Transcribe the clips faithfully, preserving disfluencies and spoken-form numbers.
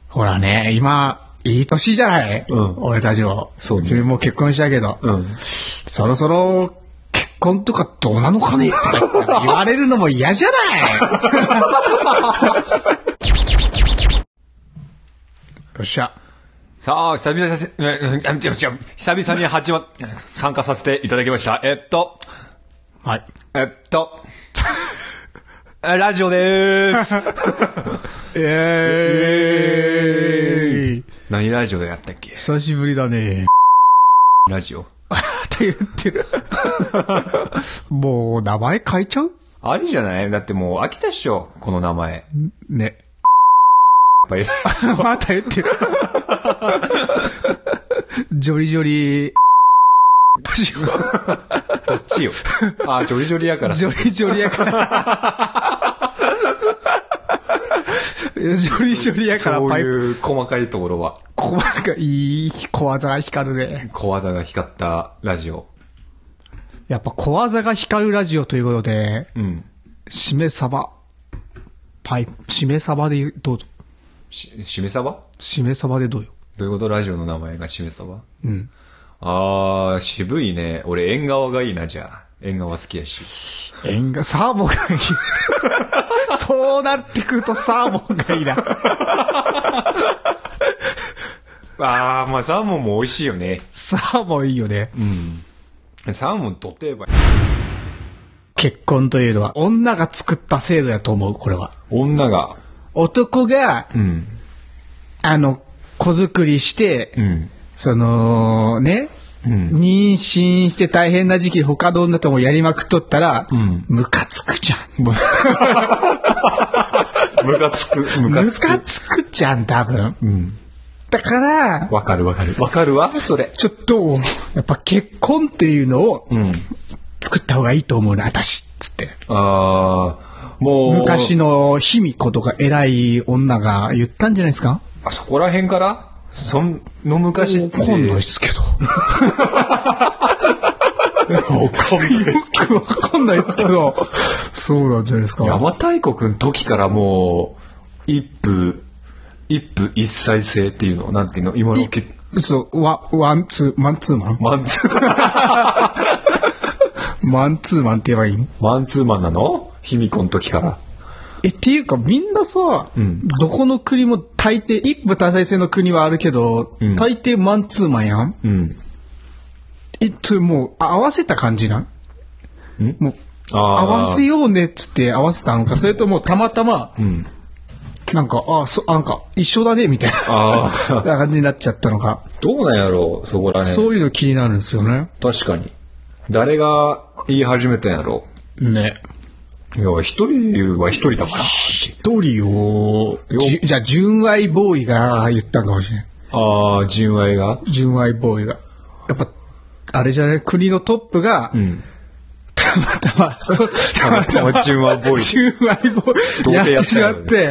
ほらね、今、いい年じゃない、うん、俺たちも。そうね。君も結婚したけど、うん、そろそろ結婚とかどうなのかねとか言われるのも嫌じゃないよっしゃ。 さあ、久々に、久々に始ま、参加させていただきました。えっと、 はい。 えっと、ラジオでーす。 えーイ。 何ラジオやったっけ？ 久しぶりだね。 ラジオって言ってる。もう名前変えちゃう？ ありじゃない？だってもう飽きたっしょ、この名前。 ね。 また言ってる。ジョリジョリ。 どっちよ。あ、ジョリジョリやから。 ジョリジョリやから。ジョリジョリやから。 そういう細かいところは。 細かい小技が光るね。 小技が光ったラジオ。 やっぱ小技が光るラジオということで、 うん。 しめ鯖。パイ、しめ鯖で言う、どうぞ。 し、しめ鯖？ しめ鯖でどうよ。 どういうこと？ラジオの名前がしめ鯖？ うん。 あー、渋いね。俺、縁側がいいな、じゃあ。縁側好きやし。 縁側、サーモンがいい。そうなってくるとサーモンがいいな。 あー、まあサーモンも美味しいよね。 サーモンいいよね。 うん。サーモンとってば。 結婚というのは女が作った制度やと思う、これは。 女が。 男が、 うん、 あの、子作りして、 うん、 その、ね、うん、妊娠して大変な時期他の女ともやりまくっとったら、うん、ムカつくじゃん。 ムカつく、 ムカつく。ムカつくじゃん、多分。 うん、 だから、 わかるわかる。わかるわ、それ。 ちょっと、やっぱ結婚っていうのを、うん、作った方がいいと思うな、私、つって。 ああ。もう昔の卑弥呼とか偉い女が言ったんじゃないですか？ あそこら辺からその昔ってわかんないですけど。 わかんないですけど。 わかんないですけど。そうなんじゃないですか。 邪馬台国の時からもう一夫一夫一妻制っていうのなんていうの今の結そうワワンツーマンツーマンマンツーマンツーマンって言えばいいの？ マンツーマンなの？卑弥呼の時から。 え、っていうかみんなさ、うん、どこの国も大抵、一夫多妻制の国はあるけど、うん、大抵マンツーマンやん。 うん。 え、それもう合わせた感じなん？ ん？ もう合わせようねっつって合わせたのか、それともたまたま、うん、なんか、あ、そ、なんか一緒だねみたいな感じになっちゃったのか。 どうなんやろう、そこら辺。 そういうの気になるんですよね。 確かに。誰が言い始めたんやろう。ね。 いや、一人は一人だから。 一人を、じ, じゃあ、純愛ボーイが言ったかもしれない。 ああ、純愛が純愛ボーイが。やっぱ、あれじゃない、国のトップが、うん、たまたま、 たまたま純愛ボーイ。 純愛ボーイやってしまって、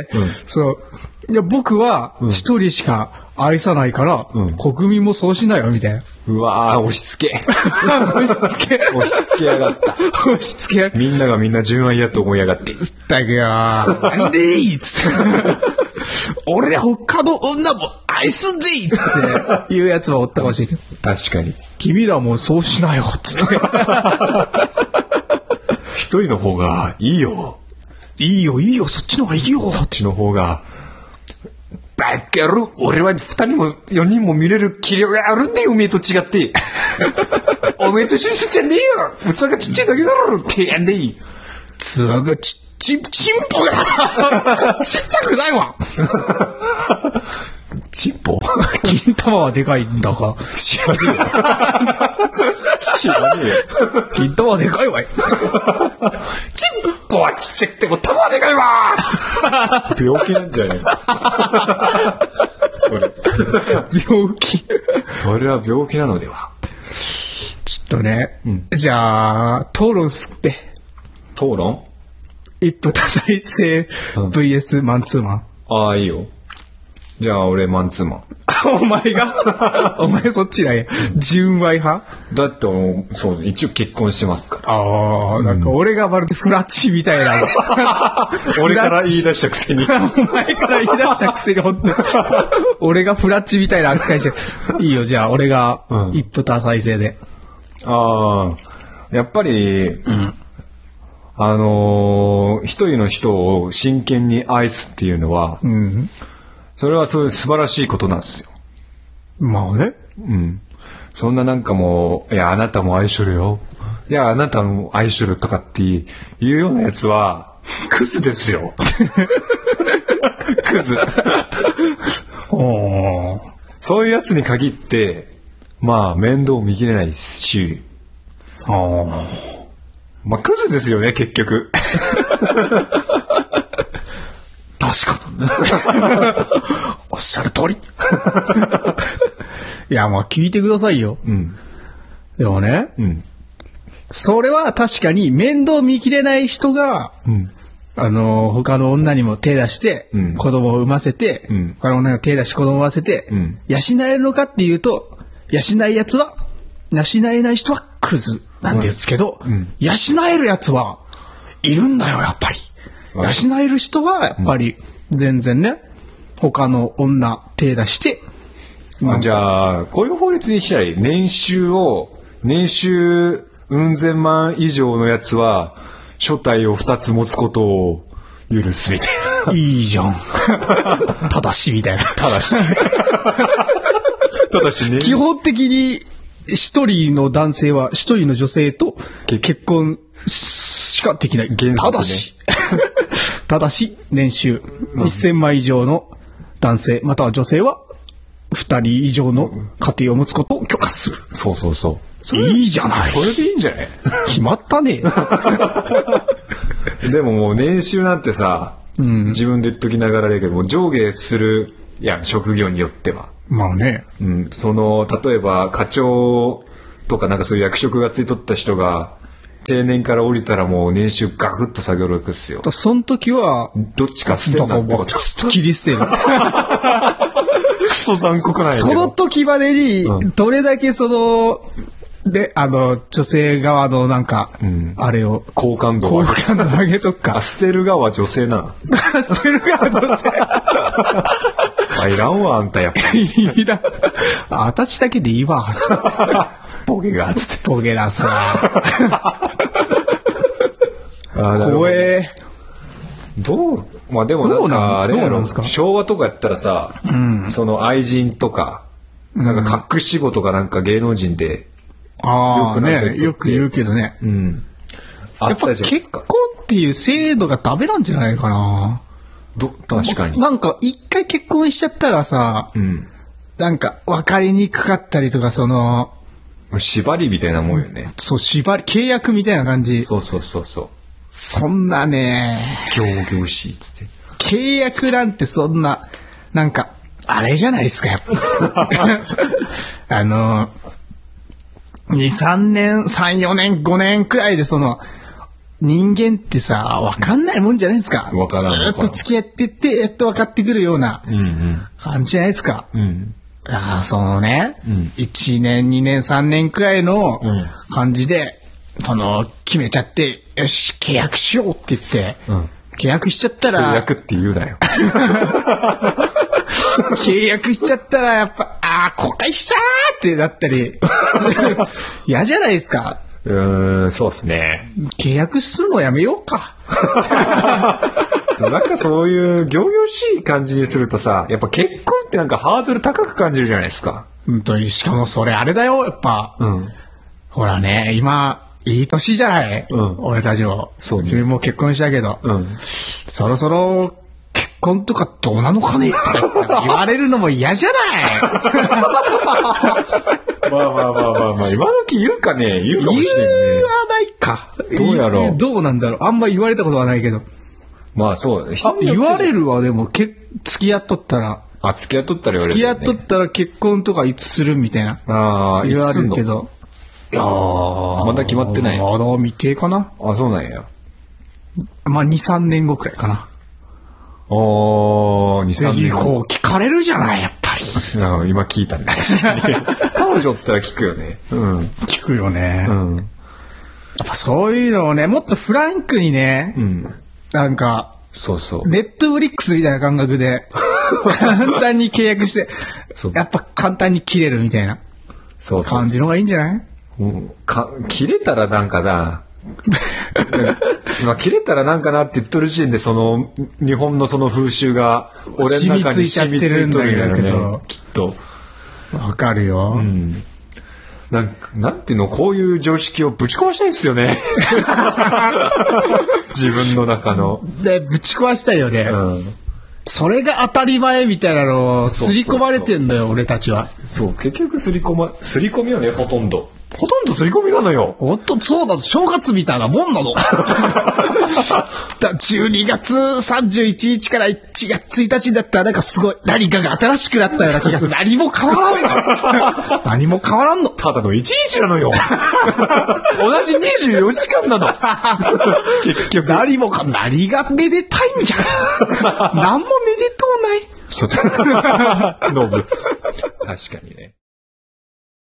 うん、そう。いや、僕は一人しか愛さないから、うん、国民もそうしないよ、みたいな。 うわー、押し付け。 押し付け。 押し付けやがった。 押し付け。 みんながみんな純愛やと思いやがって。 つったくよー。なんでいいっつって。俺他の女も愛すんぜいっつって言うやつはおったかもしれん。 確かに。 君らもそうしなよっつって。 一人の方がいいよ。 いいよ、いいよ、そっちの方がいいよ。 そっちの方が。バッカル、俺は二人も四人も見れる器量があるんだよ、おめえと違って。おめえと一緒にすっちゃねえよ。器がちっちゃいだけだろってやんでいい。 器がちっち、チンポだちっちゃくないわ。 チンポ金玉はでかいんだか。 知らねえよ。知らねえよ。 金玉はでかいわい。チンポはちっちゃくても玉はでかいわ。 病気なんじゃないそれ。 病気。 それは病気なのでは。 ちょっとね、うん、じゃあ、討論すって。 討論？ 一夫多妻制 ブイエス マンツーマン。 ああ、いいよ。 じゃあ俺マンツーマン。 お前がお前そっちだよ。純愛派だって、そう、一応結婚してますから。 ああ、なんか俺がまるでフラッチみたいな。 俺から言い出したくせに。 お前から言い出したくせに、本当に。俺がフラッチみたいな扱いして。いいよ、じゃあ俺が一夫多妻制で。 うん、ああ、やっぱり、うん、あのー、一人の人を真剣に愛すっていうのは、うん、それはそういう素晴らしいことなんですよ。 まあね。 うん。そんななんかもう、いや、あなたも愛しるよ。いや、あなたも愛しるとかっていうようなやつは、クズですよ。クズ。 おそういうやつに限って、まあ、面倒見きれないし、まあ、クズですよね、結局。 確かに。おっしゃる通り。いや、まあ聞いてくださいよ。うん、でもね、うん、それは確かに面倒見きれない人が、うん、あの他の女にも手出して、うん、子供を産ませて、うん、他の女にも手出して子供を産ませて、うん、養えるのかっていうと、養えやつは養えない人はクズなんですけど、うん、養えるやつはいるんだよやっぱり。養える人はやっぱり全然ね、他の女手出して、 まあ、じゃあこういう法律にしたら年収を年収うん千万以上のやつは所帯を二つ持つことを許すみたいな。 いいじゃん。ただしみたいな。 ただし。ただしね。 基本的に一人の男性は一人の女性と結婚しかできない。 原則ね、 ただし。ただし年収いっせんまん以上の男性または女性は二人以上の家庭を持つことを許可する。 そうそうそう。 いいじゃない。 それでいいんじゃない？ 決まったね。 でももう年収なんてさ、うん、自分で言っときながらだけども上下するやん、職業によっては。 まあね。 うん、その例えば課長とかなんかそういう役職がついとった人が定年から降りたらもう年収ガクッと下げるわけですよ。 その時はどっちか捨てるなんてこと切り捨てる。 クソ残酷なんやけど。 その時までにどれだけその、うん、であの女性側のなんか、うん、あれを好感度好感度上げとくか。 あ、捨てる側は女性な。 捨てる側女性。 あ、いらんわあんたやっぱり。 いらん。あ、私だけでいいわ。 ボケがつって。 ボケださ。怖え。 どうまあでもなんかあれやろ、昭和とかやったらさ、うん、その愛人とかなんか隠し子とかなんか芸能人でああね、よく言うけどね、うん、やっぱ結婚っていう制度がダメなんじゃないかな。 ど確かになんか一回結婚しちゃったらさ、うん、なんか分かりにくかったりとか、その縛りみたいなもんよね。 そう、縛り契約みたいな感じ。 そうそうそうそう。 そんなね、 仰々しいっつって契約なんてそんななんかあれじゃないですかやっぱ。あのにさんねんさんよねんごねんくらいでその人間ってさ分かんないもんじゃないですか。 分からん。 ずっと付き合ってってやっと分かってくるような感じじゃないですか。うんうん、だからそのね、うん、いちねんにねんさんねんくらいの感じで、うん、その決めちゃってよし契約しようって言って、うん、契約しちゃったら契約って言うなよ。 契約しちゃったらやっぱああ後悔したーってなったり嫌じゃないですか。 うーん、そうですね。 契約するのやめようか。 そうなんかそういう仰々しい感じにするとさ、やっぱ結婚ってなんかハードル高く感じるじゃないですか。 本当に。しかもそれあれだよやっぱ、うん、ほらね今いい年じゃない、うん、俺たちも。そうね。君も結婚したけど、うん、そろそろ結婚とかどうなのかねとか言われるのも嫌じゃない。 まあまあまあまあまあ今時言うかね、言うかもしれないね。 言わないか。 どうやろう。 どうなんだろう。あんま言われたことはないけど。 まあそうだね。 あ、言われるわ。でもけ付き合っとったら。 あ、付き合っとったら言われる、ね。 付き合っとったら結婚とかいつするみたいな。ああ、言われるけど。 いやー、まだ決まってない。 まだ未定かな。 あ、そうなんや。 まあにさんねんごくらいかな。 おー、に、さんねん。 こう聞かれるじゃない、やっぱり。 今聞いたね。彼女ったら聞くよね。うん。 聞くよね。 うん。 やっぱそういうのをね、もっとフランクにね、うん、なんか、 そうそう。 ネットフリックスみたいな感覚で、簡単に契約して、やっぱ簡単に切れるみたいな感じの方がいいんじゃない？ うん、か切れたらなんかな、まあ、切れたらなんかなって言っとる時点でその日本のその風習が俺の中に染みついとるんだけど、きっとわかるよ、うん、 なんなんていうの、こういう常識をぶち壊したいんですよね。自分の中のでぶち壊したいよね、うん、それが当たり前みたいなのを刷り込まれてんだよ、俺たちは。 そう、結局刷り込ま刷り込みよね、ほとんどほとんど刷り込みなのよ。 ほんとそうだ、正月みたいなもんなの。じゅうにがつさんじゅういちにちからいちがつついたちだったらなんかすごい何かが新しくなったような気がする。何も変わらんの。何も変わらんの。 ただのいちにちなのよ。同じにじゅうよじかんなの。 結局何もか何がめでたいんじゃん。何もめでとうない。 ノブ。確かにね。